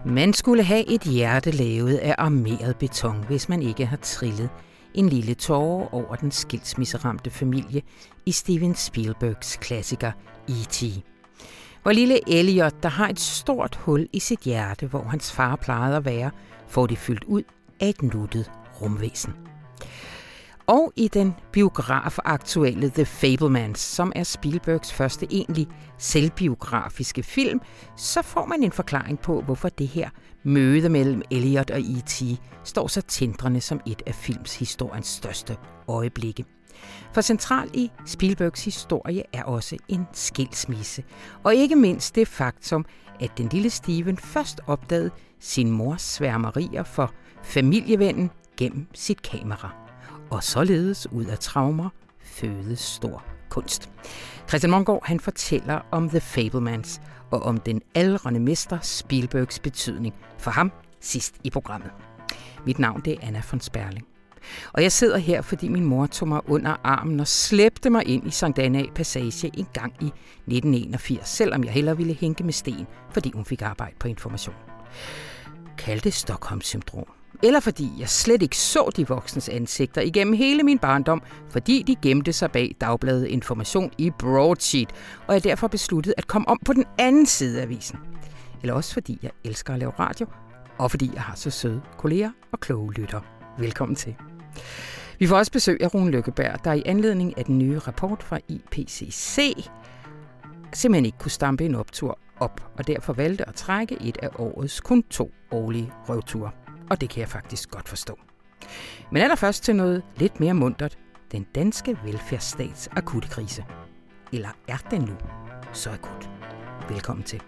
Man skulle have et hjerte lavet af armeret beton, hvis man ikke har trillet en lille tåre over den skilsmisseramte familie i Steven Spielbergs klassiker E.T. Hvor lille Elliot, der har et stort hul i sit hjerte, hvor hans far plejede at være, får det fyldt ud af et nuttet rumvæsen. Og i den biografaktuelle The Fabelmans, som er Spielbergs første egentlig selvbiografiske film, så får man en forklaring på, hvorfor det her møde mellem Elliot og E.T. står så tindrende som et af filmshistoriens største øjeblikke. For centralt i Spielbergs historie er også en skilsmisse, og ikke mindst det faktum, at den lille Steven først opdagede sin mors sværmerier for familievennen gennem sit kamera. Og således ud af traumer fødes stor kunst. Christian Mongård, han fortæller om The Fabelmans og om den aldrende mester Spielbergs betydning for ham sidst i programmet. Mit navn det er Anna von Sperling. Og jeg sidder her, fordi min mor tog mig under armen og slæbte mig ind i Sankt Anna Passage en gang i 1981, selvom jeg hellere ville hænke med sten, fordi hun fik arbejde på Information. Kald det Stockholm-syndrom. Eller fordi jeg slet ikke så de voksnes ansigter igennem hele min barndom, fordi de gemte sig bag dagbladet Information i broadsheet, og jeg derfor besluttede at komme om på den anden side af avisen. Eller også fordi jeg elsker at lave radio, og fordi jeg har så søde kolleger og kloge lyttere. Velkommen til. Vi får også besøg af Rune Lykkeberg, der i anledning af den nye rapport fra IPCC simpelthen ikke kunne stampe en optur op, og derfor valgte at trække et af årets kun 2 årlige røvture. Og det kan jeg faktisk godt forstå. Men allerførst til noget lidt mere muntert. Den danske velfærdsstats akutte krise. Eller er den nu så akut? Velkommen til.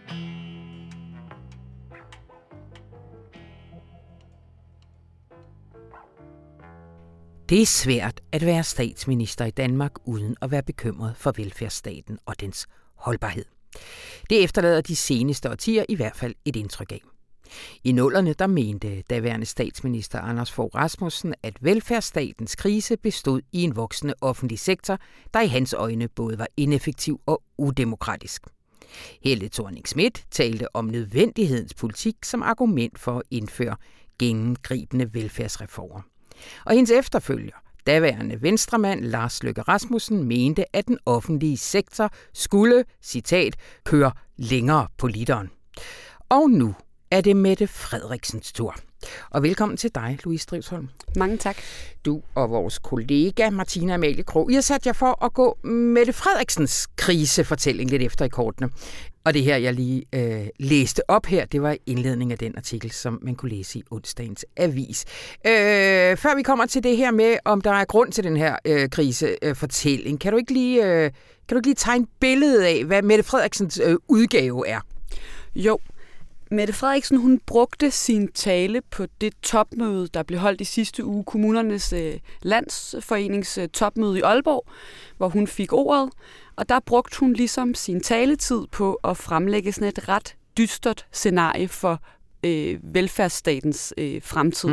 Det er svært at være statsminister i Danmark uden at være bekymret for velfærdsstaten og dens holdbarhed. Det efterlader de seneste årtier i hvert fald et indtryk af. I 00'erne der mente daværende statsminister Anders Fogh Rasmussen, at velfærdsstatens krise bestod i en voksende offentlig sektor, der i hans øjne både var ineffektiv og udemokratisk. Helle Thorning-Schmidt talte om nødvendighedens politik som argument for at indføre gennemgribende velfærdsreformer. Og hendes efterfølger, daværende venstremand Lars Løkke Rasmussen, mente, at den offentlige sektor skulle, citat, køre længere på literen. Og nu er det Mette Frederiksens tur. Og velkommen til dig, Louise Drivsholm. Mange tak. Du og vores kollega Martina Amalie Krog, I har sat jer for at gå Mette Frederiksens krisefortælling lidt efter i kortene. Og det her, jeg lige læste op her, det var indledning af den artikel, som man kunne læse i onsdagens avis. Før vi kommer til det her med, om der er grund til den her krisefortælling, kan du ikke lige tegne et billede af, hvad Mette Frederiksens udgave er? Jo. Mette Frederiksen, hun brugte sin tale på det topmøde, der blev holdt i sidste uge, Kommunernes Landsforenings topmøde i Aalborg, hvor hun fik ordet. Og der brugte hun ligesom sin taletid på at fremlægge sådan et ret dystert scenarie for velfærdsstatens fremtid.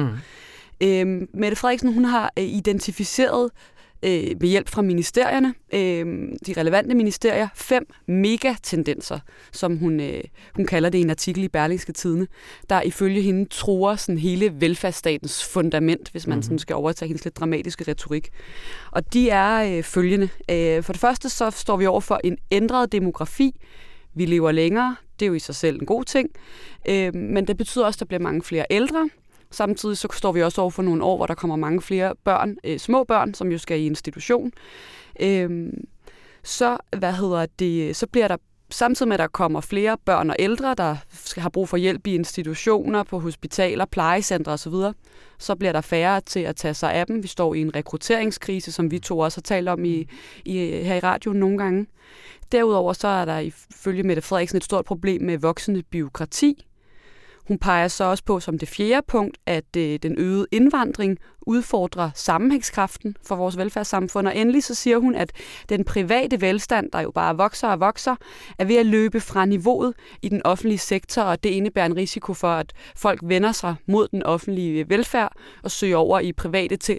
Mette Frederiksen, hun har identificeret med hjælp fra ministerierne, de relevante ministerier, 5 megatendenser, som hun kalder det i en artikel i Berlingske Tidende, der ifølge hende truer sådan hele velfærdsstatens fundament, hvis man sådan skal overtage hendes lidt dramatiske retorik. Og de er følgende. For det første så står vi over for en ændret demografi. Vi lever længere, det er jo i sig selv en god ting, men det betyder også, at der bliver mange flere ældre. Samtidig så står vi også over for nogle år, hvor der kommer mange flere børn, små børn, som jo skal i institution. Så bliver der samtidig med, at der kommer flere børn og ældre, der har brug for hjælp i institutioner, på hospitaler, plejecentre osv., så bliver der færre til at tage sig af dem. Vi står i en rekrutteringskrise, som vi to også har talt om her i radioen nogle gange. Derudover så er der ifølge Mette Frederiksen et stort problem med voksende bureaukrati. Hun peger så også på som det 4. punkt, at den øgede indvandring udfordrer sammenhængskraften for vores velfærdssamfund. Og endelig så siger hun, at den private velstand, der jo bare vokser og vokser, er ved at løbe fra niveauet i den offentlige sektor, og det indebærer en risiko for, at folk vender sig mod den offentlige velfærd og søger over i private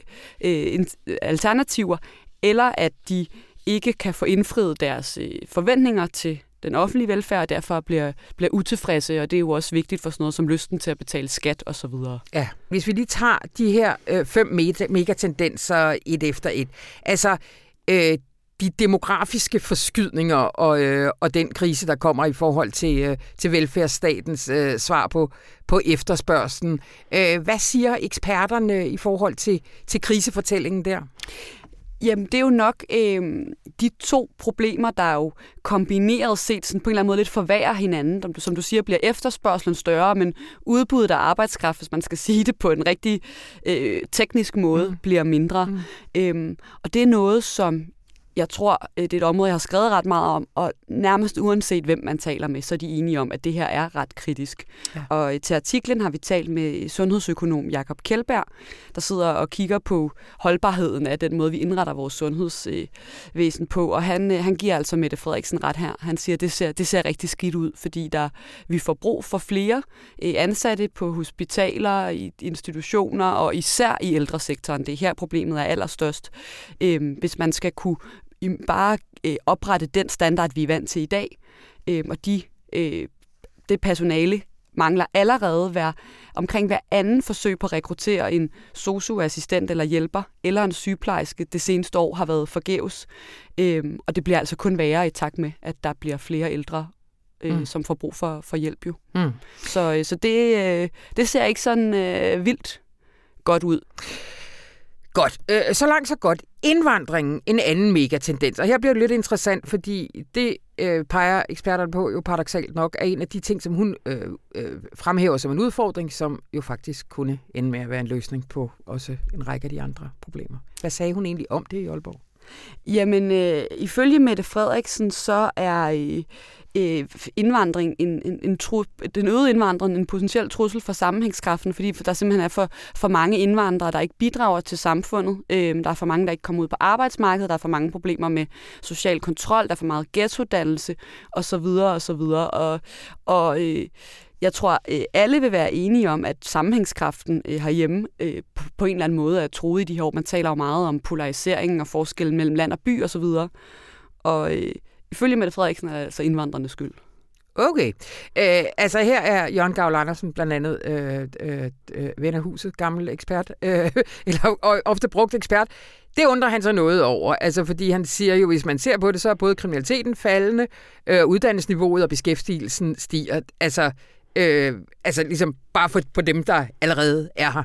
alternativer, eller at de ikke kan få indfriet deres forventninger til den offentlige velfærd, og derfor bliver utilfredse, og det er jo også vigtigt for sådan noget som lysten til at betale skat osv. Ja, hvis vi lige tager de her 5 megatendenser et efter et. Altså, de demografiske forskydninger og den krise, der kommer i forhold til velfærdsstatens svar på efterspørgslen. Hvad siger eksperterne i forhold til krisefortællingen der? Jamen, det er jo nok de 2 problemer, der jo kombineret set sådan på en eller anden måde lidt forværrer hinanden. Som du siger, bliver efterspørgselen større, men udbuddet af arbejdskraft, hvis man skal sige det på en rigtig teknisk måde, bliver mindre. Og det er noget, som jeg tror, det er et område, jeg har skrevet ret meget om, og nærmest uanset hvem man taler med, så er de enige om, at det her er ret kritisk. Ja. Og til artiklen har vi talt med sundhedsøkonom Jakob Kjeldberg, der sidder og kigger på holdbarheden af den måde, vi indretter vores sundhedsvæsen på, og han giver altså Mette Frederiksen ret her. Han siger, at det ser rigtig skidt ud, fordi vi får brug for flere ansatte på hospitaler, i institutioner og især i ældresektoren. Det er her problemet er allerstørst. Hvis man skal kunne bare oprette den standard, vi er vant til i dag. Og det personale mangler allerede omkring hver anden forsøg på at rekruttere en sosu-assistent eller hjælper, eller en sygeplejerske det seneste år har været forgæves. Og det bliver altså kun værre i takt med, at der bliver flere ældre, som får brug for hjælp jo. Så det ser ikke sådan vildt godt ud. Godt. Så langt, så godt. Indvandringen, en anden megatendens. Og her bliver det lidt interessant, fordi det peger eksperterne på jo paradoksalt nok, er en af de ting, som hun fremhæver som en udfordring, som jo faktisk kunne ende med at være en løsning på også en række af de andre problemer. Hvad sagde hun egentlig om det i Aalborg? Jamen, ifølge Mette Frederiksen, så er indvandring den øgede indvandring en potentiel trussel for sammenhængskraften, fordi der simpelthen er for mange indvandrere, der ikke bidrager til samfundet. Der er for mange, der ikke kommer ud på arbejdsmarkedet, der er for mange problemer med social kontrol, der er for meget ghettodannelse osv. Og jeg tror, alle vil være enige om, at sammenhængskraften herhjemme på en eller anden måde er truet i de her år. Man taler jo meget om polariseringen og forskellen mellem land og by osv. Og ifølge Mette Frederiksen er det altså indvandrernes skyld. Okay. Altså her er Jørgen Gavl Andersen blandt andet ven af huset, gammel ekspert, eller ofte brugt ekspert. Det undrer han så noget over, altså fordi han siger jo, hvis man ser på det, så er både kriminaliteten faldende, uddannelsesniveauet og beskæftigelsen stiger. Altså ligesom bare for dem, der allerede er her.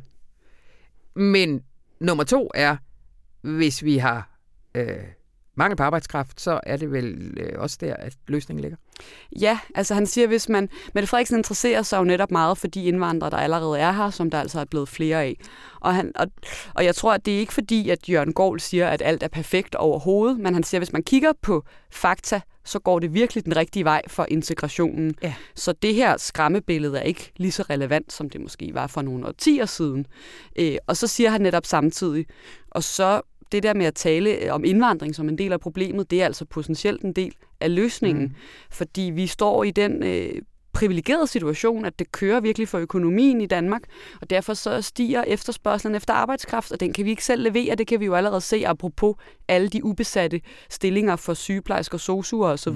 Men nummer 2 er, hvis vi har mangel på arbejdskraft, så er det vel også der, at løsningen ligger. Ja, altså han siger, hvis Mette Frederiksen interesserer sig jo netop meget for de indvandrere, der allerede er her, som der altså er blevet flere af. Og jeg tror, at det er ikke fordi, at Jørgen Gavl siger, at alt er perfekt overhovedet, men han siger, at hvis man kigger på fakta, så går det virkelig den rigtige vej for integrationen. Ja. Så det her skræmmebillede er ikke lige så relevant, som det måske var for nogle årtier siden. Og så siger han netop samtidig, og så det der med at tale om indvandring som en del af problemet, det er altså potentielt en del af løsningen. Fordi vi står i den privilegerede situation, at det kører virkelig for økonomien i Danmark, og derfor så stiger efterspørgslen efter arbejdskraft, og den kan vi ikke selv levere, det kan vi jo allerede se, apropos alle de ubesatte stillinger for sygeplejersker, sosuer osv.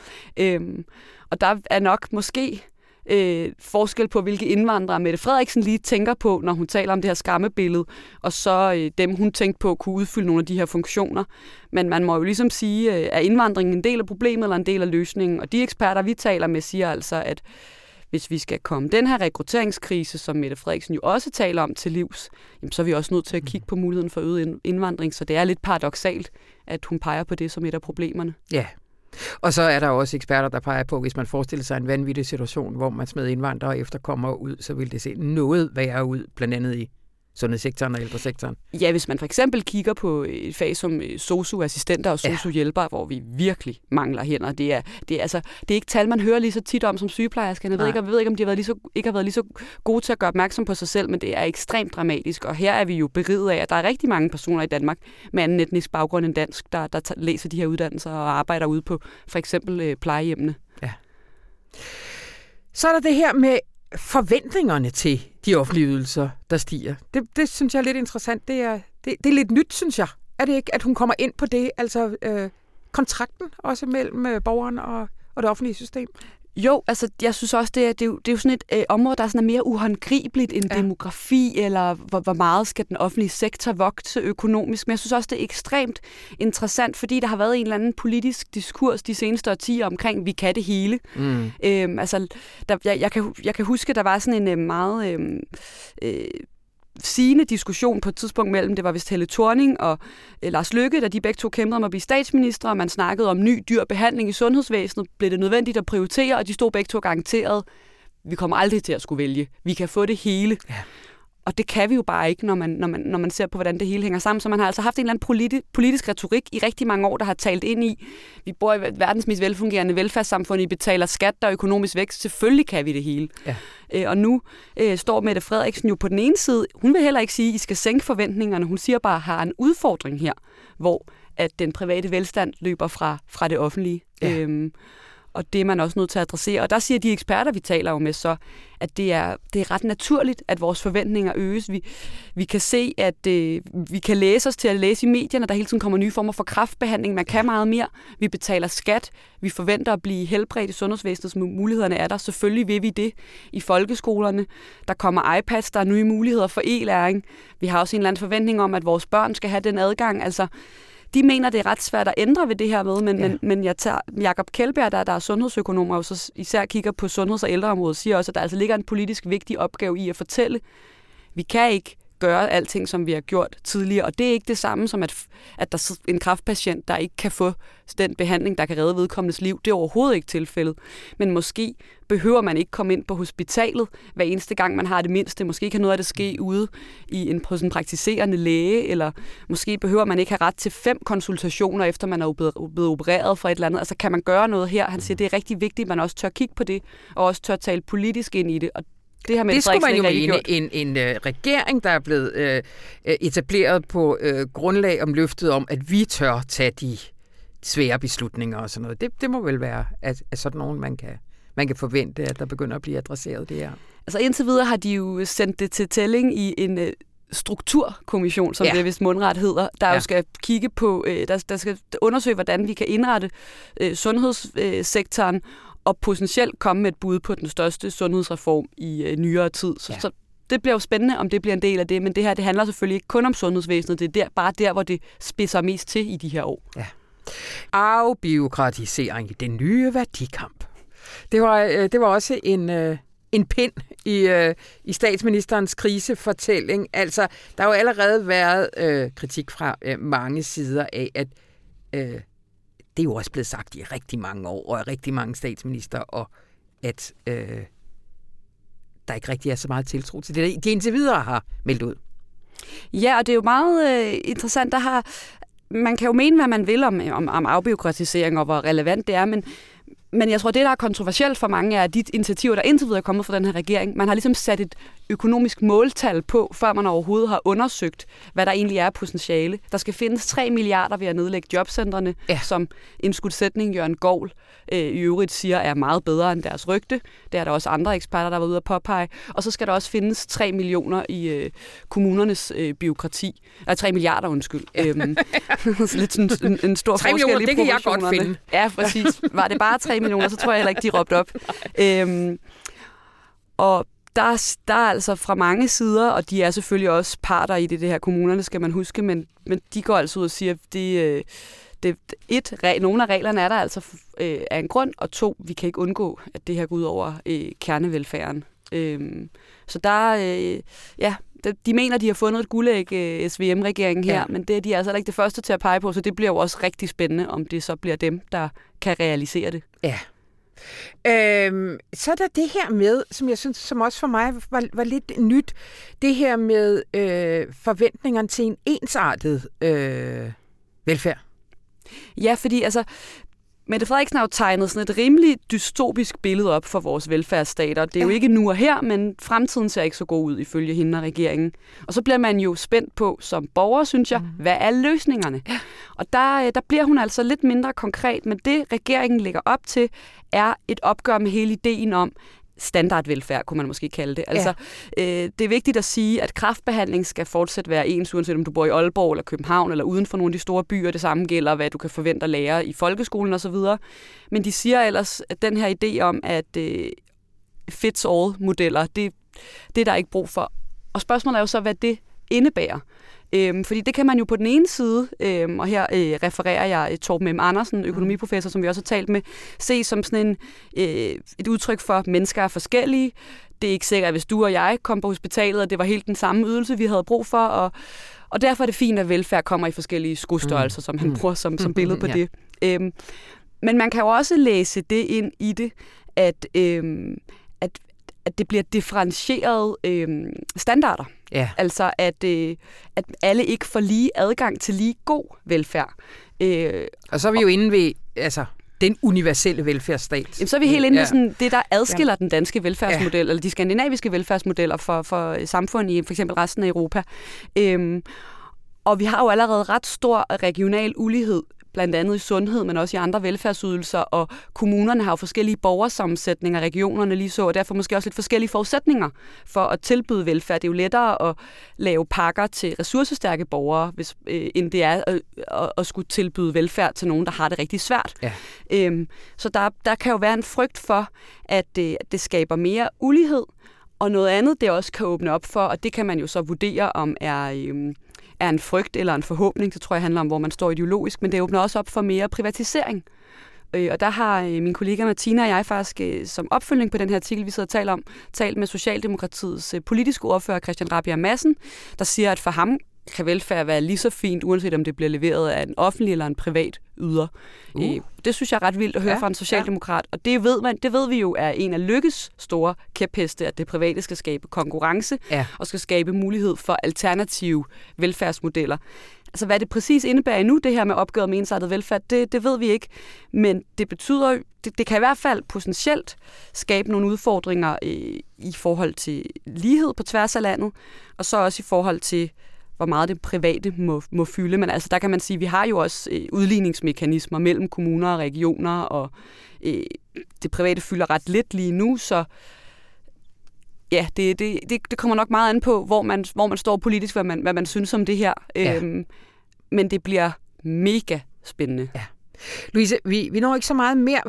Og der er nok måske forskel på, hvilke indvandrere Mette Frederiksen lige tænker på, når hun taler om det her skræmmebillede, og så dem, hun tænkte på, kunne udfylde nogle af de her funktioner. Men man må jo ligesom sige, er indvandringen en del af problemet eller en del af løsningen? Og de eksperter, vi taler med, siger altså, at hvis vi skal komme den her rekrutteringskrise, som Mette Frederiksen jo også taler om til livs, jamen, så er vi også nødt til at kigge på muligheden for øget indvandring. Så det er lidt paradoksalt, at hun peger på det som et af problemerne. Ja. Og så er der også eksperter, der peger på, hvis man forestiller sig en vanvittig situation, hvor man smed indvandrere og efterkommere ud, så vil det se noget værre ud, blandt andet i sundhedssektoren og ældresektoren. Ja, hvis man for eksempel kigger på et fag som sosu-assistenter og sosu-hjælpere, hvor vi virkelig mangler hænder. Det er ikke tal, man hører lige så tit om som sygeplejersker. Jeg ved ikke, om de ikke har været lige så gode til at gøre opmærksom på sig selv, men det er ekstremt dramatisk. Og her er vi jo beriget af, at der er rigtig mange personer i Danmark med anden etnisk baggrund end dansk, der læser de her uddannelser og arbejder ude på for eksempel plejehjemmene. Ja. Så er der det her med forventningerne til de offentlige ydelser, der stiger. Det synes jeg er lidt interessant. Det er lidt nyt, synes jeg. Er det ikke, at hun kommer ind på det? Altså kontrakten også mellem borgeren og det offentlige system? Jo, altså jeg synes også, det er jo sådan et område, der er sådan mere uhåndgribeligt end demografi, eller hvor meget skal den offentlige sektor vokse økonomisk. Men jeg synes også, det er ekstremt interessant, fordi der har været en eller anden politisk diskurs de seneste årtier omkring, vi kan det hele. Jeg kan huske, der var sådan en meget sigende diskussion på et tidspunkt mellem, det var vist Helle Thorning og Lars Løkke, da de begge to kæmpede om at blive statsminister, og man snakkede om ny dyr behandling i sundhedsvæsenet, blev det nødvendigt at prioritere, og de stod begge to garanteret, vi kommer aldrig til at skulle vælge. Vi kan få det hele. Ja. Og det kan vi jo bare ikke, når man ser på, hvordan det hele hænger sammen. Så man har altså haft en eller anden politisk retorik i rigtig mange år, der har talt ind i, vi bor i verdens mest velfungerende velfærdssamfund, I betaler skat, der er økonomisk vækst. Selvfølgelig kan vi det hele. Ja. Og nu står Mette Frederiksen jo på den ene side. Hun vil heller ikke sige, at I skal sænke forventningerne. Hun siger bare, at har en udfordring her, hvor at den private velstand løber fra det offentlige. Ja. Og det er man også nødt til at adressere. Og der siger de eksperter, vi taler jo med, så at det er ret naturligt, at vores forventninger øges. Vi kan se, at vi kan læse os til at læse i medierne, der hele tiden kommer nye former for kræftbehandling. Man kan meget mere. Vi betaler skat. Vi forventer at blive helbredt i sundhedsvæsenet, så mulighederne er der. Selvfølgelig vil vi det i folkeskolerne. Der kommer iPads, der er nye muligheder for e-læring. Vi har også en eller anden forventning om, at vores børn skal have den adgang. Altså, de mener, det er ret svært at ændre ved det her med, men jeg tager Jakob Kjeldbjerg, der er sundhedsøkonom, og så især kigger på sundheds- og ældreområdet, siger også, at der altså ligger en politisk vigtig opgave i at fortælle, vi kan ikke gøre alting, som vi har gjort tidligere, og det er ikke det samme som, at der er en kræftpatient, der ikke kan få den behandling, der kan redde vedkommendes liv. Det er overhovedet ikke tilfældet. Men måske behøver man ikke komme ind på hospitalet hver eneste gang, man har det mindste. Måske kan noget af det ske ude hos en praktiserende læge, eller måske behøver man ikke have ret til 5 konsultationer, efter man er blevet opereret for et eller andet. Altså kan man gøre noget her? Han siger, det er rigtig vigtigt, at man også tør kigge på det, og også tør tale politisk ind i det. Og det skulle man jo mene, en regering, der er blevet etableret på grundlag om løftet om, at vi tør tage de svære beslutninger og sådan noget. Det må vel være, at sådan nogen, man kan forvente, at der begynder at blive adresseret det her. Altså indtil videre har de jo sendt det til tælling i en strukturkommission, som det vist mundret hedder, der jo skal kigge på, der skal undersøge, hvordan vi kan indrette sundhedssektoren, og potentielt komme med et bud på den største sundhedsreform i nyere tid. Så det bliver jo spændende, om det bliver en del af det, men det her, det handler selvfølgelig ikke kun om sundhedsvæsenet, det er bare der, hvor det spidser mest til i de her år. Ja. Afbureaukratisering i den nye værdikamp. Det var også en pind i statsministerens krisefortælling. Altså, der har jo allerede været kritik fra mange sider af, at det er jo også blevet sagt i rigtig mange år, og af rigtig mange statsminister, og at der ikke rigtig er så meget tiltro til det, de indtil videre har meldt ud. Ja, og det er jo meget interessant. Man kan jo mene, hvad man vil om afbureaukratisering, og hvor relevant det er, men jeg tror, det, der er kontroversielt for mange, er, at de initiativer, der indtil videre er kommet fra den her regering, man har ligesom sat et økonomisk måltal på, før man overhovedet har undersøgt, hvad der egentlig er potentiale. Der skal findes 3 milliarder ved at nedlægge jobcentrene, som indskudsætning Jørgen Goul i øvrigt siger, er meget bedre end deres rygte. Det er der også andre eksperter, der har været ude at påpege. Og så skal der også findes 3 millioner i kommunernes byråkrati. 3 milliarder, undskyld. Lidt sådan en stor forskel i proportionerne. Det kan jeg godt finde. Ja, præcis. Var det bare 3 millioner, så tror jeg heller ikke, de råbte op. Og der er altså fra mange sider, og de er selvfølgelig også parter i det her kommunerne, skal man huske, men de går altså ud og siger, at nogle af reglerne er der altså af en grund, og 2, vi kan ikke undgå, at det her går ud over kernevelfærden. Så de mener, de har fundet et guldæg, SVM-regeringen her, men det er de altså ikke det første til at pege på, så det bliver jo også rigtig spændende, om det så bliver dem, der kan realisere det. Ja. Så er der det her med, som jeg synes, som også for mig var lidt nyt, det her med forventningerne til en ensartet velfærd. Ja, fordi altså, Mette Frederiksen har jo tegnet sådan et rimelig dystopisk billede op for vores velfærdsstater. Det er jo ikke nu og her, men fremtiden ser ikke så god ud ifølge hende og regeringen. Og så bliver man jo spændt på som borger, synes jeg, hvad er løsningerne? Og der bliver hun altså lidt mindre konkret, men det regeringen lægger op til, er et opgør med hele ideen om, standardvelfærd, kunne man måske kalde det. Altså, det er vigtigt at sige, at kræftbehandling skal fortsat være ens, uanset om du bor i Aalborg eller København eller uden for nogle af de store byer. Det samme gælder, hvad du kan forvente at lære i folkeskolen osv. Men de siger ellers, at den her idé om, at fits-all-modeller, det er der ikke brug for. Og spørgsmålet er jo så, hvad det indebærer. Fordi det kan man jo på den ene side, og her refererer jeg Torben M. Andersen, økonomiprofessor, som vi også har talt med, se som sådan et udtryk for, at mennesker er forskellige. Det er ikke sikkert, at hvis du og jeg kom på hospitalet, og det var helt den samme ydelse, vi havde brug for, og derfor er det fint, at velfærd kommer i forskellige skostørrelser, som han bruger som billede på det. Men man kan jo også læse det ind i det, at det bliver differentieret standarder. Ja. Altså, at alle ikke får lige adgang til lige god velfærd. Og så er vi jo inde ved den universelle velfærdsstat. Så er vi helt inde ved sådan, det, der adskiller den danske velfærdsmodel, eller de skandinaviske velfærdsmodeller for samfund i for eksempel resten af Europa. Og vi har jo allerede ret stor regional ulighed, blandt andet i sundhed, men også i andre velfærdsydelser, og kommunerne har jo forskellige borgersammensætninger, regionerne lige så, og derfor måske også lidt forskellige forudsætninger for at tilbyde velfærd. Det er jo lettere at lave pakker til ressourcestærke borgere, end det er at skulle tilbyde velfærd til nogen, der har det rigtig svært. Ja. Så der kan jo være en frygt for, at det skaber mere ulighed, og noget andet, det også kan åbne op for, og det kan man jo så vurdere, om er en frygt eller en forhåbning, så tror jeg handler om, hvor man står ideologisk, men det åbner også op for mere privatisering. Og der har min kollega Martina og jeg faktisk som opfølgning på den her artikel, vi sidder og taler om, talt med Socialdemokratiets politiske ordfører Christian Rabjerg Madsen, der siger, at for ham kan velfærd være lige så fint, uanset om det bliver leveret af en offentlig eller en privat yder. Det synes jeg er ret vildt at høre fra en socialdemokrat, og det ved vi jo er en af Lykkes store kæpheste, at det private skal skabe konkurrence og skal skabe mulighed for alternative velfærdsmodeller. Altså hvad det præcis indebærer nu, det her med opgøret med ensartet velfærd, det ved vi ikke, men det betyder, det kan i hvert fald potentielt skabe nogle udfordringer i forhold til lighed på tværs af landet, og så også i forhold til hvor meget det private må fylde. Men altså, der kan man sige, at vi har jo også udligningsmekanismer mellem kommuner og regioner, og det private fylder ret lidt lige nu, så ja, det kommer nok meget an på, hvor man står politisk, hvad man synes om det her. Men det bliver mega spændende. Ja. Louise, vi når ikke så meget mere.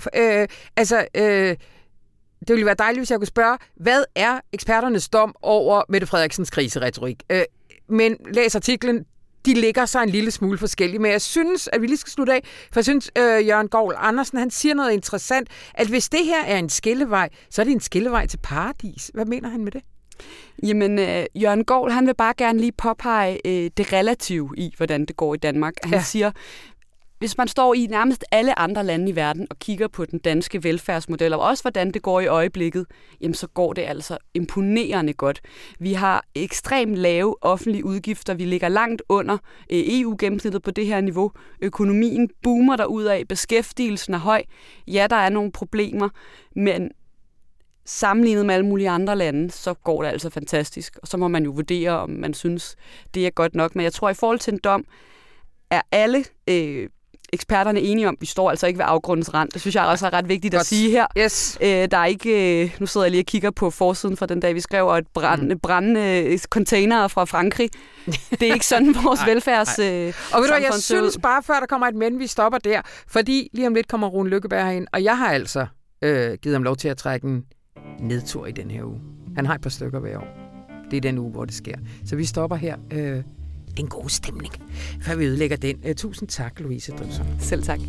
Det ville være dejligt, hvis jeg kunne spørge, hvad er eksperternes dom over Mette Frederiksens kriseretorik? Men læs artiklen, de ligger sig en lille smule forskellige. Men jeg synes, at vi lige skal slutte af, for jeg synes, Jørgen Goul Andersen, han siger noget interessant, at hvis det her er en skillevej, så er det en skillevej til paradis. Hvad mener han med det? Jamen, Jørgen Goul, han vil bare gerne lige påpege det relative i, hvordan det går i Danmark. Han siger, hvis man står i nærmest alle andre lande i verden og kigger på den danske velfærdsmodel, og også hvordan det går i øjeblikket, jamen så går det altså imponerende godt. Vi har ekstremt lave offentlige udgifter. Vi ligger langt under EU-gennemsnittet på det her niveau. Økonomien boomer derudad. Beskæftigelsen er høj. Ja, der er nogle problemer, men sammenlignet med alle mulige andre lande, så går det altså fantastisk. Og så må man jo vurdere, om man synes, det er godt nok. Men jeg tror, i forhold til en dom, er alle eksperterne enige om, vi står altså ikke ved afgrundens rand. Det synes jeg også er ret vigtigt at sige her. Yes. Der er ikke, nu sidder jeg lige og kigger på forsiden fra den dag, vi skrev, og et brændende container fra Frankrig. Det er ikke sådan vores velfærds og ved du, jeg synes bare, før der kommer et men, vi stopper der, fordi lige om lidt kommer Rune Lykkeberg herind, og jeg har altså givet ham lov til at trække en nedtur i den her uge. Han har et par stykker hver år. Det er den uge, hvor det sker. Så vi stopper her. Det er en god stemning, før vi ødelægger den. Tusind tak, Louise Drivsø. Selv tak.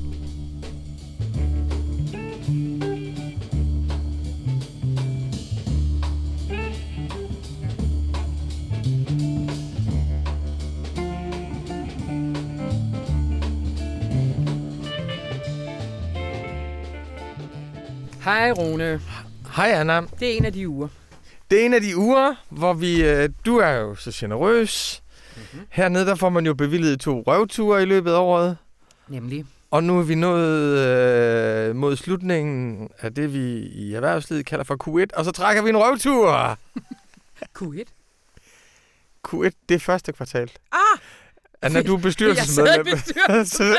Hej, Rune. Hej, Anna. Det er en af de uger. Det er en af de uger, hvor du er jo så generøs. Mm-hmm. Hernede, der får man jo bevilget 2 røvture i løbet af året. Nemlig. Og nu er vi nået mod slutningen af det, vi i erhvervslivet kalder for Q1, og så trækker vi en røvtur. Q1? Q1, det er første kvartal. Anna, du er bestyrelsesmedlem. Jeg sad i bestyrelsen.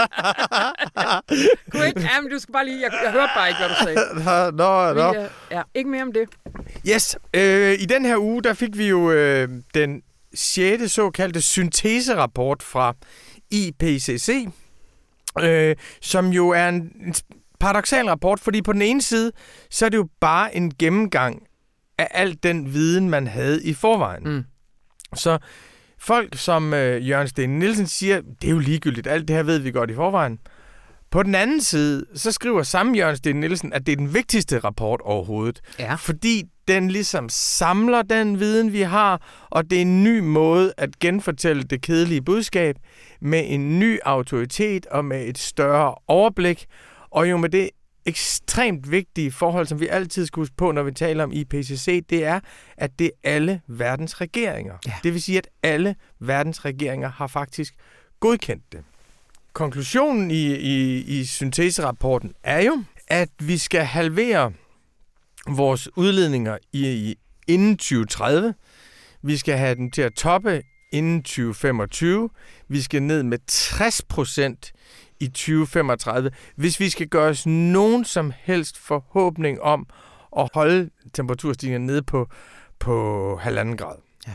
Jamen, du skal bare lige... Jeg hørte bare ikke, hvad du sagde. Nå. Ja, ikke mere om det. Yes. I den her uge, der fik vi jo den 6. såkaldte synteserapport fra IPCC, som jo er en paradoksal rapport, fordi på den ene side, så er det jo bare en gennemgang af al den viden, man havde i forvejen. Mm. Så folk som Jørgen Steen Nielsen siger, det er jo ligegyldigt, alt det her ved vi godt i forvejen. På den anden side, så skriver samme Jørgen Steen Nielsen, at det er den vigtigste rapport overhovedet. Ja. Fordi den ligesom samler den viden, vi har, og det er en ny måde at genfortælle det kedelige budskab med en ny autoritet og med et større overblik, og jo med det ekstremt vigtige forhold, som vi altid skal huske på, når vi taler om IPCC, det er, at det er alle verdens regeringer. Ja. Det vil sige, at alle verdens regeringer har faktisk godkendt det. Konklusionen i synteserapporten er jo, at vi skal halvere vores udledninger inden 2030. Vi skal have dem til at toppe inden 2025. Vi skal ned med 60% i 2035, hvis vi skal gøre os nogen som helst forhåbning om at holde temperaturstigningen nede på 1,5 grad. Ja.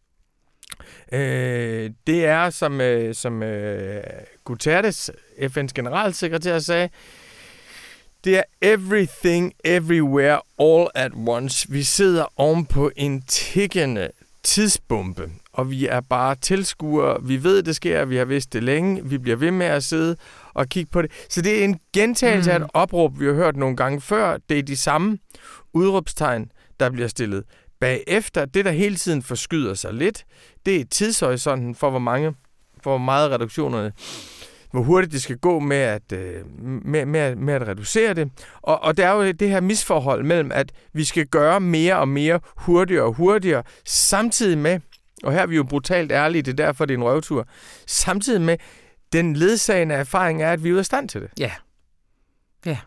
Det er, som Guterres, FN's generalsekretær, sagde, det er everything, everywhere, all at once. Vi sidder oven på en tikkende tidsbombe, og vi er bare tilskuere. Vi ved, det sker, vi har vidst det længe, vi bliver ved med at sidde og kigge på det. Så det er en gentagelse af et opråb, vi har hørt nogle gange før. Det er de samme udråbstegn, der bliver stillet bagefter. Det, der hele tiden forskyder sig lidt, det er tidshorisonten for, hvor meget reduktionerne, hvor hurtigt det skal gå med at reducere det. Og der er jo det her misforhold mellem, at vi skal gøre mere og mere hurtigere og hurtigere, samtidig med, og her er vi jo brutalt ærlige, det er derfor, det er en røvtur, samtidig med, den ledsagende erfaring er, at vi er ude af stand til det. Ja. Ja.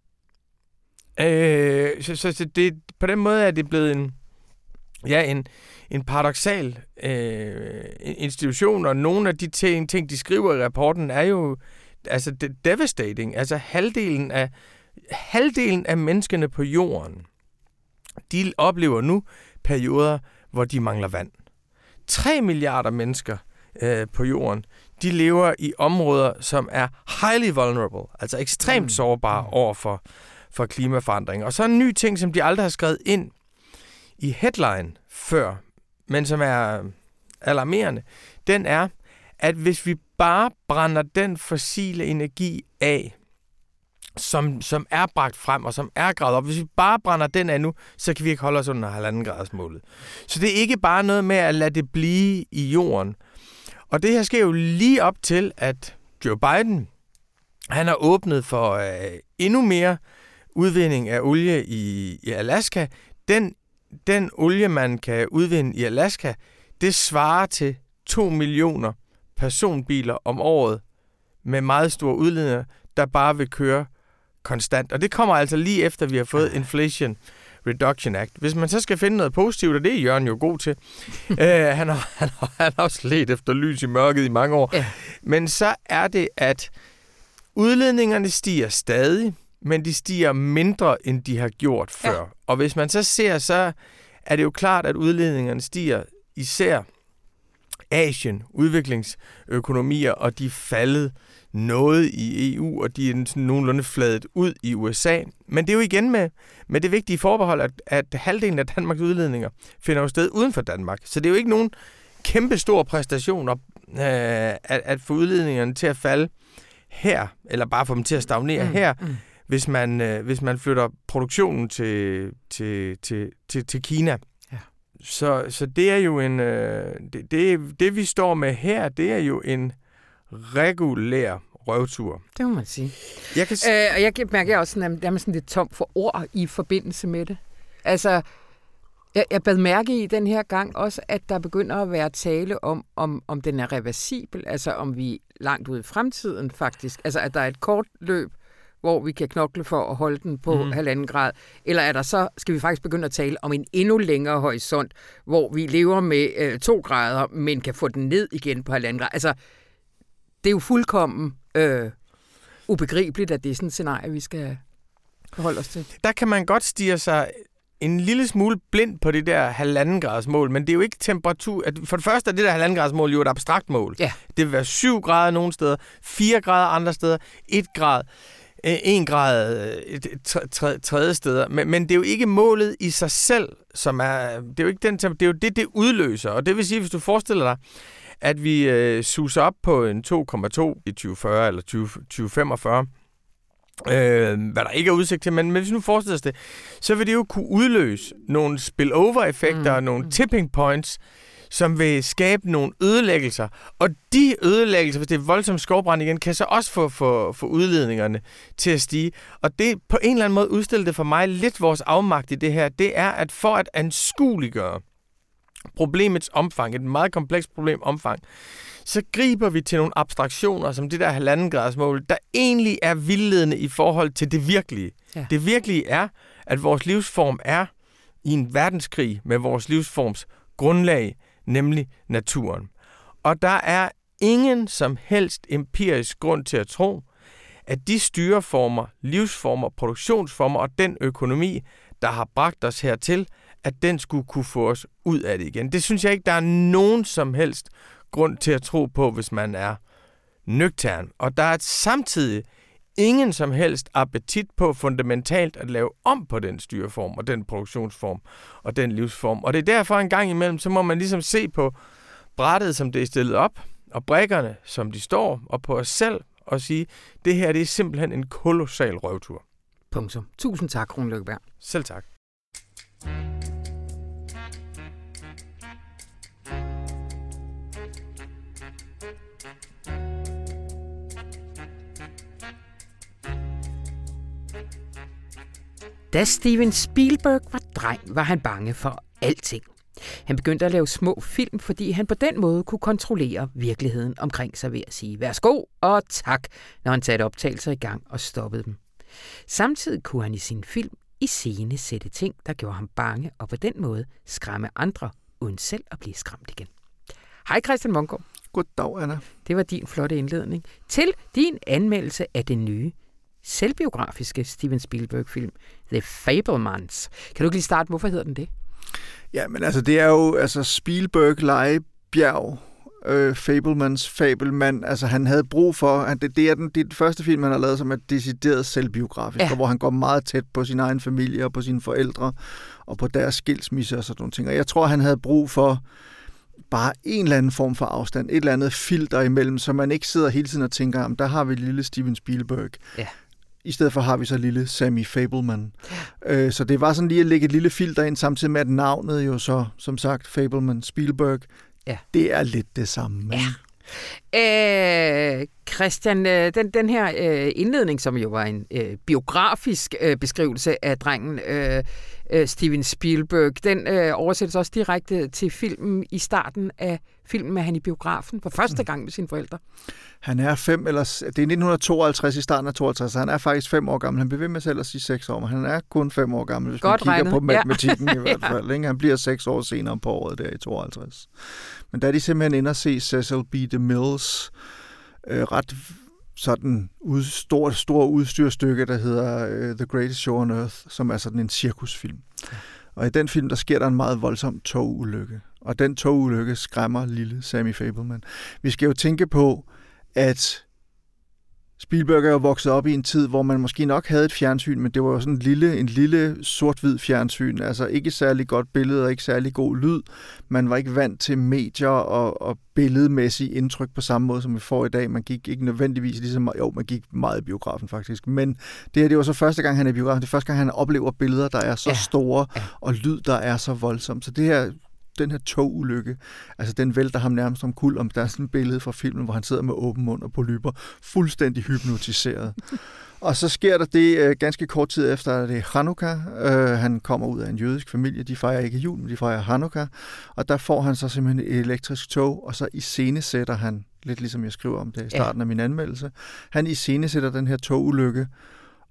Så det, på den måde er det blevet en paradoksal institution, og nogle af de ting, de skriver i rapporten, er jo altså devastating. Altså halvdelen af menneskene på jorden, de oplever nu perioder, hvor de mangler vand. 3 milliarder mennesker på jorden, de lever i områder, som er highly vulnerable, altså ekstremt sårbare over for klimaforandring. Og så en ny ting, som de aldrig har skrevet ind i headline før, men som er alarmerende, den er, at hvis vi bare brænder den fossile energi af, som er bragt frem og som er gravet op, hvis vi bare brænder den af nu, så kan vi ikke holde os under 1,5 graders målet. Så det er ikke bare noget med at lade det blive i jorden. Og det her sker jo lige op til, at Joe Biden, han har åbnet for endnu mere udvinding af olie i Alaska. Den olie, man kan udvinde i Alaska, det svarer til 2 millioner personbiler om året med meget store udledninger, der bare vil køre konstant. Og det kommer altså lige efter, vi har fået Inflation Reduction Act. Hvis man så skal finde noget positivt, og det er Jørgen jo god til, han har også let efter lys i mørket i mange år, men så er det, at udledningerne stiger stadig, men de stiger mindre, end de har gjort før. Ja. Og hvis man så ser, så er det jo klart, at udledningerne stiger især Asien, udviklingsøkonomier, og de er faldet noget i EU, og de er sådan nogenlunde fladet ud i USA. Men det er jo igen med det vigtige forbehold, at halvdelen af Danmarks udledninger finder jo sted uden for Danmark. Så det er jo ikke nogen kæmpe stor præstation at få udledningerne til at falde her, eller bare få dem til at stagnere her, hvis man flytter produktionen til Kina. Ja. Så det er jo det vi står med her, det er jo en regulær røvtur. Det må man sige. Og jeg mærker også, at der er sådan lidt tom for ord i forbindelse med det. Altså, jeg bad mærke i den her gang også, at der begynder at være tale om den er reversibel, altså om vi langt ude i fremtiden faktisk, altså at der er et kort løb, hvor vi kan knokle for at holde den på 1,5 grad? Eller er der så, skal vi faktisk begynde at tale om en endnu længere horisont, hvor vi lever med 2 grader, men kan få den ned igen på 1,5 grad? Altså, det er jo fuldkommen ubegribeligt, at det er sådan et scenarie, vi skal forholde os til. Der kan man godt stirre sig en lille smule blind på det der 1,5 graders mål, men det er jo ikke temperatur. For det første er det der 1,5 graders mål jo et abstrakt mål. Ja. Det vil være 7 grader nogle steder, 4 grader andre steder, 1 grad, 1 grad tredje steder. Men det er jo ikke målet i sig selv, som er... Det er jo ikke den det er jo det udløser. Og det vil sige, hvis du forestiller dig, at vi suser op på en 2,2 i 2040 eller 2045, hvad der ikke er udsigt til, men hvis vi nu forestiller os det, så vil det jo kunne udløse nogle spillover-effekter og nogle tipping points, som vil skabe nogle ødelæggelser. Og de ødelæggelser, hvis det er voldsomt skovbrand igen, kan så også få udledningerne til at stige. Og det på en eller anden måde udstiller det for mig lidt vores afmagt i det her, det er, at for at anskueliggøre problemets omfang, et meget komplekst problemomfang, så griber vi til nogle abstraktioner, som det der 1,5 graders mål, der egentlig er vildledende i forhold til det virkelige. Ja. Det virkelige er, at vores livsform er i en verdenskrig med vores livsforms grundlag, nemlig naturen. Og der er ingen som helst empirisk grund til at tro, at de styreformer, livsformer, produktionsformer og den økonomi, der har bragt os hertil, at den skulle kunne få os ud af det igen. Det synes jeg ikke, der er nogen som helst grund til at tro på, hvis man er nøgtern. Og der er samtidig ingen som helst appetit på fundamentalt at lave om på den styreform og den produktionsform og den livsform. Og det er derfor en gang imellem, så må man ligesom se på brættet, som det er stillet op, og brikkerne, som de står, og på os selv, og sige, det her det er simpelthen en kolossal røvtur. Punktum. Tusind tak, Rune Lykkeberg. Selv tak. Da Steven Spielberg var dreng, var han bange for alting. Han begyndte at lave små film, fordi han på den måde kunne kontrollere virkeligheden omkring sig ved at sige værsgo og tak, når han satte optagelser i gang og stoppede dem. Samtidig kunne han i sin film iscenesætte ting, der gjorde ham bange, og på den måde skræmme andre, uden selv at blive skræmt igen. Hej Christian Mongård. Goddag, Anna. Det var din flotte indledning til din anmeldelse af den nye selvbiografiske Steven Spielberg-film, The Fabelmans. Kan du ikke lige starte, hvorfor hedder den det? Ja, men altså, det er jo Spielberg, Legebjerg, Fabelmans, Fabelmand. Altså, han havde brug for... Det er den første film, han har lavet, som er decideret selvbiografisk, ja. Hvor han går meget tæt på sin egen familie og på sine forældre og på deres skilsmisse og sådan nogle ting. Og jeg tror, han havde brug for bare en eller anden form for afstand, et eller andet filter imellem, så man ikke sidder hele tiden og tænker, der har vi lille Steven Spielberg. Ja. I stedet for har vi så lille Sammy Fabelman. Ja. Så det var sådan lige at lægge et lille filter ind, samtidig med at navnet jo så, som sagt, Fabelman Spielberg, ja. Det er lidt det samme. Ja. Christian, den her indledning, som jo var en biografisk beskrivelse af drengen Steven Spielberg, den oversættes også direkte til filmen i starten af filmen med han i biografen for første gang med sine forældre. Han er 5 eller... Det er 1952 i starten af 52, så han er faktisk 5 år gammel. Han bliver ved med selv at sige 6 år, men han er kun 5 år gammel, hvis godt man kigger på matematikken i hvert fald. Ikke? Han bliver 6 år senere på året der i 52. Men da er de simpelthen inde at se Cecil B. DeMille's ret sådan stor udstyrstykke, der hedder The Greatest Show on Earth, som er sådan en cirkusfilm. Ja. Og i den film, der sker der en meget voldsom togulykke. Og den togulykke skræmmer lille Sammy Fabelman. Vi skal jo tænke på, at Spielberg er jo vokset op i en tid, hvor man måske nok havde et fjernsyn, men det var jo sådan en lille sort-hvid fjernsyn. Altså ikke særlig godt billede og ikke særlig god lyd. Man var ikke vant til medier og billedmæssige indtryk på samme måde, som vi får i dag. Man gik ikke nødvendigvis ligesom... Jo, man gik meget i biografen faktisk. Men det var så første gang, han er i biografen. Det er første gang, han oplever billeder, der er så store, og lyd, der er så voldsomt. Så den her togulykke, altså den vælter ham nærmest omkuld, om der er sådan et billede fra filmen, hvor han sidder med åben mund og polypper, fuldstændig hypnotiseret. Og så sker der det ganske kort tid efter, at det er Hanukkah. Han kommer ud af en jødisk familie, de fejrer ikke jul, men de fejrer Hanukkah. Og der får han så simpelthen et elektrisk tog, og så iscenesætter han, lidt ligesom jeg skriver om det i starten af min anmeldelse, han iscenesætter den her togulykke,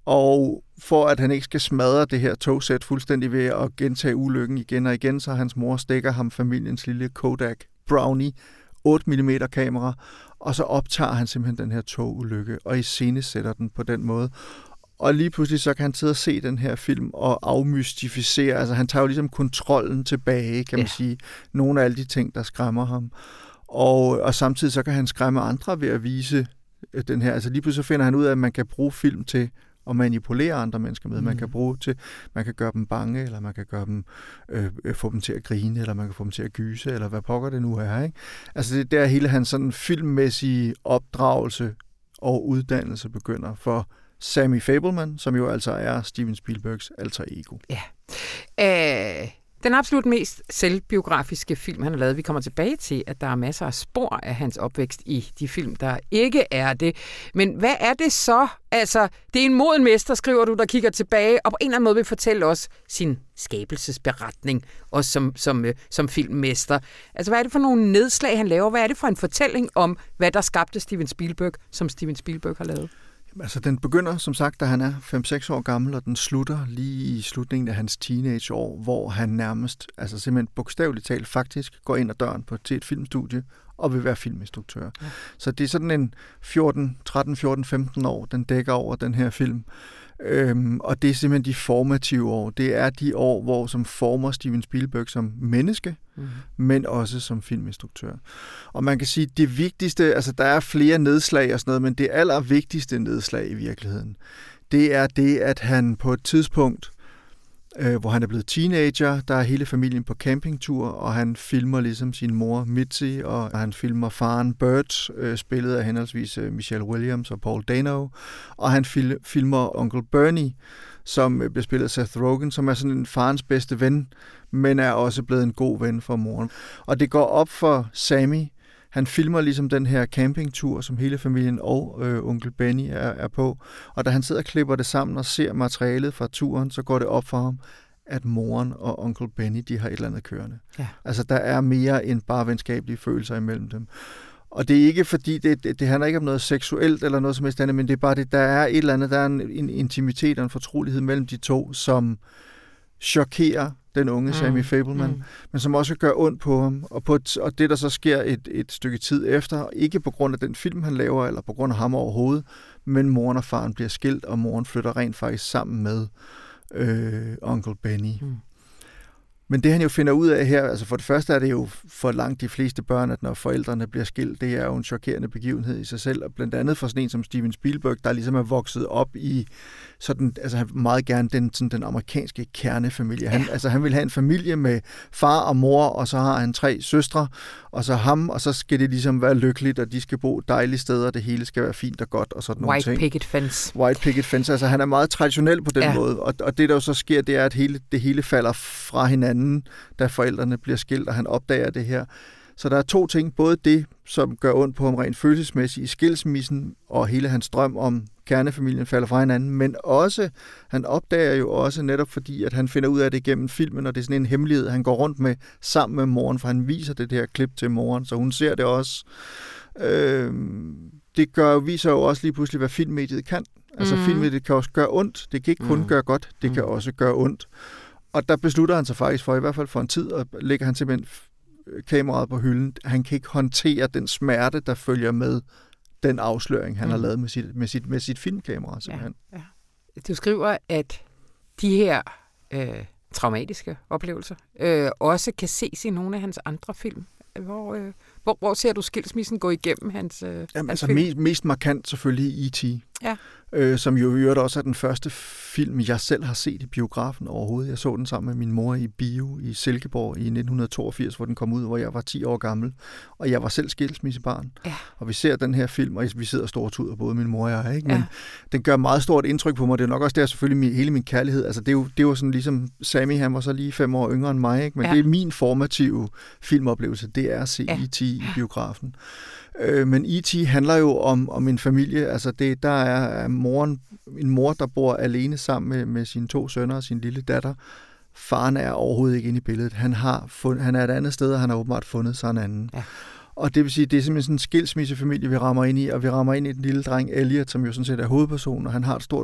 Og for at han ikke skal smadre det her togsæt fuldstændig ved at gentage ulykken igen og igen, så hans mor stikker ham familiens lille Kodak Brownie 8 mm kamera, og så optager han simpelthen den her togulykke og iscenesætter den på den måde. Og lige pludselig så kan han sidde og se den her film og afmystificere. Altså han tager jo ligesom kontrollen tilbage, kan man sige. Nogle af alle de ting, der skræmmer ham. Og samtidig så kan han skræmme andre ved at vise den her. Altså lige pludselig så finder han ud af, at man kan bruge film til at manipulere andre mennesker med. Man kan bruge til, man kan gøre dem bange, eller man kan gøre dem, få dem til at grine, eller man kan få dem til at gyse, eller hvad pokker det nu er, ikke? Altså det der hele hans sådan filmmæssige opdragelse og uddannelse begynder for Sammy Fabelman, som jo altså er Steven Spielbergs alter ego. Ja. Den absolut mest selvbiografiske film, han har lavet, vi kommer tilbage til, at der er masser af spor af hans opvækst i de film, der ikke er det. Men hvad er det så? Altså, det er en moden mester, skriver du, der kigger tilbage, og på en eller anden måde vil fortælle os sin skabelsesberetning, også som filmmester. Altså, hvad er det for nogle nedslag, han laver? Hvad er det for en fortælling om, hvad der skabte Steven Spielberg, som Steven Spielberg har lavet? Altså, den begynder, som sagt, da han er 5-6 år gammel, og den slutter lige i slutningen af hans teenageår, hvor han nærmest, altså simpelthen bogstaveligt talt, faktisk går ind ad døren til et filmstudie og vil være filminstruktør. Ja. Så det er sådan en 13-14-15 år, den dækker over den her film. Og det er simpelthen de formative år. Det er de år, som former Steven Spielberg som menneske, men også som filminstruktør. Og man kan sige, at det vigtigste, altså der er flere nedslag og sådan noget, men det allervigtigste nedslag i virkeligheden, det er det, at han på et tidspunkt, hvor han er blevet teenager, der er hele familien på campingtur, og han filmer ligesom sin mor Mitzi, og han filmer faren Bert, spillet af henholdsvis Michelle Williams og Paul Dano, og han filmer onkel Bernie, som bliver spillet af Seth Rogen, som er sådan en farens bedste ven, men er også blevet en god ven for moren. Og det går op for Sammy. Han filmer ligesom den her campingtur, som hele familien og onkel Benny er på. Og da han sidder og klipper det sammen og ser materialet fra turen, så går det op for ham, at moren og onkel Benny, de har et eller andet kørende. Ja. Altså, der er mere end bare venskabelige følelser imellem dem. Og det er ikke fordi, det handler ikke om noget seksuelt eller noget som helst andet, men det er bare det, der er et eller andet, der er en intimitet og en fortrolighed mellem de to, som chokerer den unge Sammy Fabelman, men som også gør ondt på ham. Og det, der så sker et stykke tid efter, ikke på grund af den film, han laver, eller på grund af ham overhovedet, men moren og faren bliver skilt, og moren flytter rent faktisk sammen med onkel Benny. Men det han jo finder ud af her, altså for det første er det jo for langt de fleste børn, at når forældrene bliver skilt, det er jo en chokerende begivenhed i sig selv, og blandt andet for sådan en som Steven Spielberg, der ligesom er vokset op i sådan, altså meget gerne den amerikanske kernefamilie. Han vil have en familie med far og mor, og så har han 3 søstre, og så ham, og så skal det ligesom være lykkeligt, og de skal bo dejlige steder, det hele skal være fint og godt, og sådan nogle ting. White picket fence. Altså han er meget traditionel på den måde, og det der jo så sker, det er, at det hele falder fra hinanden, da forældrene bliver skilt, og han opdager det her. Så der er 2 ting. Både det, som gør ondt på ham rent følelsesmæssigt i skilsmissen, og hele hans drøm om kernefamilien falder fra hinanden, men også, han opdager jo også netop fordi, at han finder ud af det gennem filmen, og det er sådan en hemmelighed, han går rundt med sammen med moren, for han viser det her klip til moren, så hun ser det også. Det viser jo også lige pludselig, hvad filmmediet kan. Altså filmmediet kan også gøre ondt. Det kan ikke kun gøre godt, det kan også gøre ondt. Og der beslutter han sig faktisk for, i hvert fald for en tid, og lægger han simpelthen kameraet på hylden. Han kan ikke håndtere den smerte, der følger med den afsløring, han har lavet med sit filmkamera. Simpelthen. Ja. Du skriver, at de her traumatiske oplevelser også kan ses i nogle af hans andre film. Hvor ser du skilsmissen gå igennem hans film? Mest markant selvfølgelig i E.T., som jo i øvrigt også er den første film, jeg selv har set i biografen overhovedet. Jeg så den sammen med min mor i bio i Silkeborg i 1982, hvor den kom ud, hvor jeg var 10 år gammel, og jeg var selv skilsmissebarn. Ja. Og vi ser den her film, og vi sidder stortuder, både min mor og jeg, ikke? Men den gør meget stort indtryk på mig. Det er nok også der selvfølgelig hele min kærlighed. Altså det er jo sådan ligesom Sammy, han var så lige 5 år yngre end mig, ikke? Men det er min formative filmoplevelse, det er at se E.T. i biografen. Men E.T. handler jo om en familie. Altså der er en mor, der bor alene sammen med sine 2 sønner og sin lille datter. Faren er overhovedet ikke inde i billedet. Han er et andet sted, og han har åbenbart fundet sig en anden. Ja. Og det vil sige, det er simpelthen sådan en skilsmissefamilie, vi rammer ind i, og vi rammer ind i den lille dreng Elliot, som jo sådan set er hovedpersonen, og han har et stort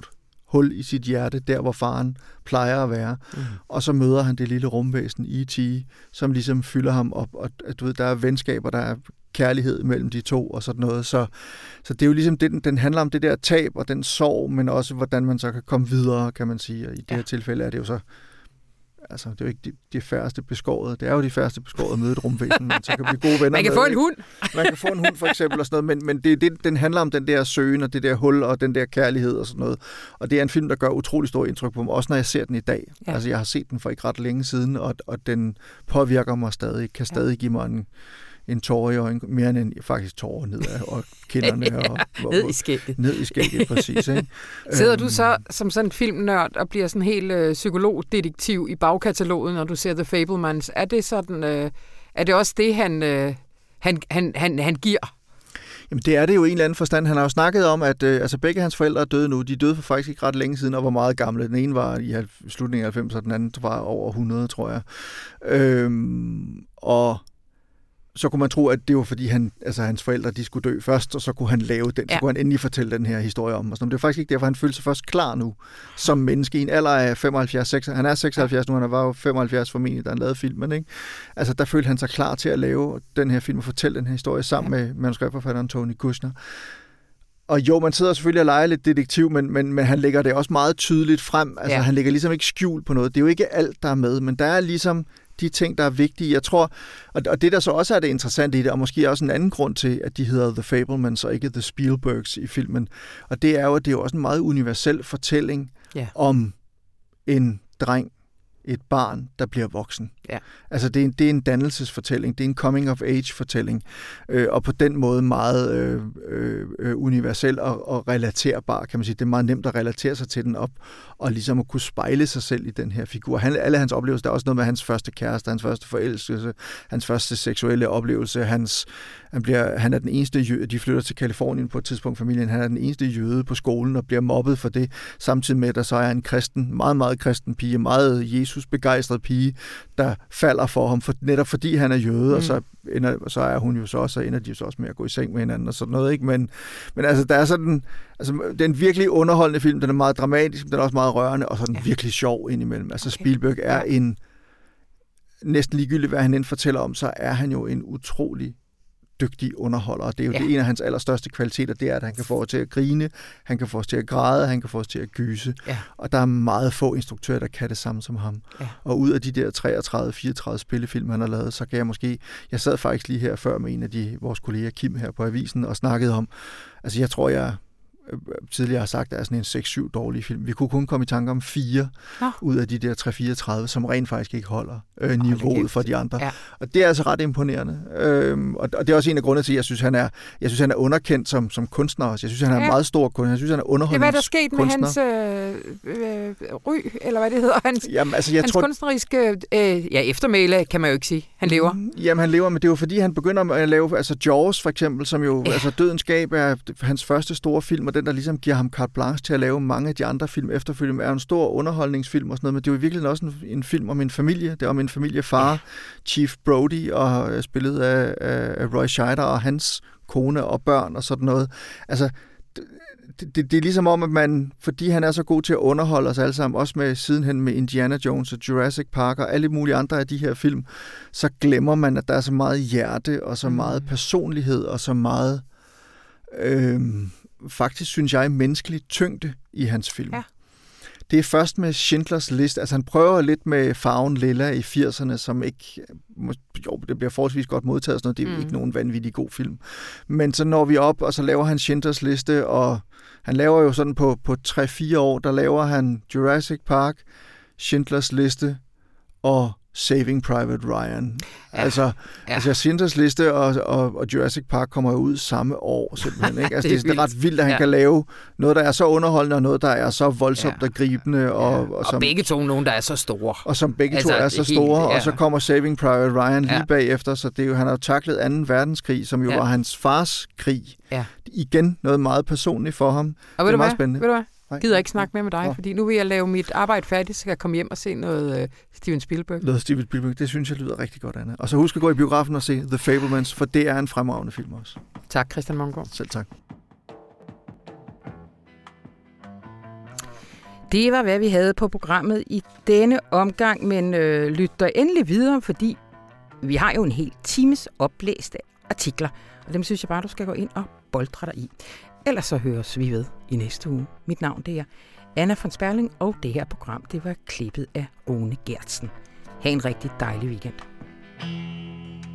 hul i sit hjerte, der hvor faren plejer at være. Og så møder han det lille rumvæsen, E.T., som ligesom fylder ham op, og du ved, der er venskaber, der er kærlighed mellem de to og sådan noget. Så det er jo ligesom, den handler om det der tab og den sorg, men også hvordan man så kan komme videre, kan man sige. Og i det her tilfælde er det jo så, altså det er jo ikke de færreste beskårede. Det er jo de færreste beskårede at møde et rumvæsen, men så kan blive gode venner. Man kan få en hund. Man kan få en hund for eksempel og sådan noget, men den handler om den der søgen og det der hul og den der kærlighed og sådan noget. Og det er en film, der gør utrolig stor indtryk på mig, også når jeg ser den i dag. Ja. Altså jeg har set den for ikke ret længe siden, og den påvirker mig stadig, kan stadig give mig en tårer i øjnene, mere end faktisk tårer ned af kinderne. Ned i skægget. Ned i skægget, præcis. Ikke? Sidder du så som sådan en filmnørd og bliver sådan helt psykologdetektiv i bagkataloget, når du ser The Fabelmans? Er det sådan, er det også det, han giver? Jamen det er det jo i en eller anden forstand. Han har jo snakket om, at altså begge hans forældre er døde nu. De døde for faktisk ikke ret længe siden og var meget gamle. Den ene var i slutningen af 90, og den anden var over 100, tror jeg. Og så kunne man tro, at det var fordi hans forældre de skulle dø først, og så kunne han lave den, så kunne han endelig fortælle den her historie om. Og sådan. Det er faktisk ikke derfor, han følte sig først klar nu, som menneske i en alder af 75, han er 76 nu, han var jo 75 formentlig, da han lavede filmen, ikke? Altså der følte han sig klar til at lave den her film og fortælle den her historie sammen med manuskriptforfatteren Tony Kushner. Og jo, man sidder selvfølgelig og leger lidt detektiv, men han lægger det også meget tydeligt frem. Altså han lægger ligesom ikke skjul på noget. Det er jo ikke alt, der er med, men der er ligesom de ting, der er vigtige. Jeg tror, og det der så også er det interessante i det, og måske også en anden grund til, at de hedder The Fabelmans og ikke The Spielbergs i filmen, og det er jo, at det er jo også en meget universel fortælling om en dreng, et barn, der bliver voksen. Ja. Altså det er en dannelsesfortælling, det er en coming-of-age-fortælling, og på den måde meget universel og relaterbar, kan man sige. Det er meget nemt at relatere sig til den og ligesom at kunne spejle sig selv i den her figur. Alle hans oplevelser, der er også noget med hans første kæreste, hans første forelskelse, hans første seksuelle oplevelse, han er den eneste jøde, de flytter til Kalifornien på et tidspunkt, familien, han er den eneste jøde på skolen og bliver mobbet for det, samtidig med, at der så er en kristen, meget, meget kristen pige, meget Jesus-begejstret pige, der falder for ham, netop fordi han er jøde, og så er hun jo så også, og ender de så også med at gå i seng med hinanden og sådan noget, ikke? Men altså, der er sådan, altså, det er en virkelig underholdende film, den er meget dramatisk, men den er også meget rørende, og så er den virkelig sjov indimellem. Altså, Spielberg er næsten ligegyldigt, hvad han end fortæller om, så er han jo en utrolig dygtig underholder, og det er jo det en af hans allerstørste kvaliteter, det er, at han kan få os til at grine, han kan få os til at græde, han kan få os til at gyse, og der er meget få instruktører, der kan det samme som ham. Ja. Og ud af de der 33-34 spillefilm, han har lavet, så kan jeg sad faktisk lige her før med en af vores kolleger, Kim, her på Avisen, og snakkede om, altså jeg tror, jeg tidligere har sagt, at der er sådan en 6-7 dårlige film. Vi kunne kun komme i tanke om 4 ud af de der 3-34, som rent faktisk ikke holder niveauet for de andre. Ja. Og det er altså ret imponerende. Og det er også en af grundene til, at jeg synes, han er underkendt som kunstner også. Jeg synes, han er en meget stor kunstner. Jeg synes, han er underholdningskunstner. Hvad er der sket med hans ry, eller hvad det hedder? Hans kunstneriske eftermæle, kan man jo ikke sige. Han lever. Jamen, han lever, men det er jo fordi, han begynder at lave, altså Jaws for eksempel, som jo, altså Dødens Gab er hans første store film, og den, der ligesom giver ham carte blanche til at lave mange af de andre film efterfølgende, er en stor underholdningsfilm og sådan noget, men det er jo virkelig også en film om en familie. Det er om en familiefar, Chief Brody, og spillet af Roy Scheider og hans kone og børn og sådan noget. Altså, det er ligesom om, at man, fordi han er så god til at underholde os alle sammen, også med sidenhen med Indiana Jones og Jurassic Park og alle mulige andre af de her film, så glemmer man, at der er så meget hjerte og så meget personlighed og så meget faktisk, synes jeg, menneskelig tyngde i hans film. Ja. Det er først med Schindlers List, altså han prøver lidt med Farven Lilla i 80'erne, som ikke, jo, det bliver forholdsvis godt modtaget, sådan noget, det er ikke nogen vanvittig god film. Men så når vi op, og så laver han Schindlers Liste, og han laver jo sådan på 3-4 år, der laver han Jurassic Park, Schindlers Liste og Saving Private Ryan. Ja. Altså Schindlers Liste og Jurassic Park kommer jo ud samme år, simpelthen. Ikke? Altså, det er ret vildt, at han kan lave noget, der er så underholdende, og noget, der er så voldsomt og gribende. Og som, begge to nogen, der er så store. Og som begge to er så store, og så kommer Saving Private Ryan lige bagefter, så det er jo, han har jo taklet 2. verdenskrig, som jo var hans fars krig. Ja. Igen noget meget personligt for ham. Og det er meget spændende. Ved du hvad? Jeg gider ikke snakke med dig, fordi nu vil jeg lave mit arbejde færdigt, så kan jeg komme hjem og se noget Steven Spielberg. Noget Steven Spielberg, det synes jeg lyder rigtig godt, Anna. Og så husk at gå i biografen og se The Fabelmans, for det er en fremragende film også. Tak, Christian Mongård. Selv tak. Det var, hvad vi havde på programmet i denne omgang, men lyt dig endelig videre, fordi vi har jo en hel times oplæste artikler, og dem synes jeg bare, du skal gå ind og boldre dig i. Ellers så høres vi ved i næste uge. Mit navn det er Anna von Sperling, og det her program det var klippet af Rune Gertsen. Ha' en rigtig dejlig weekend.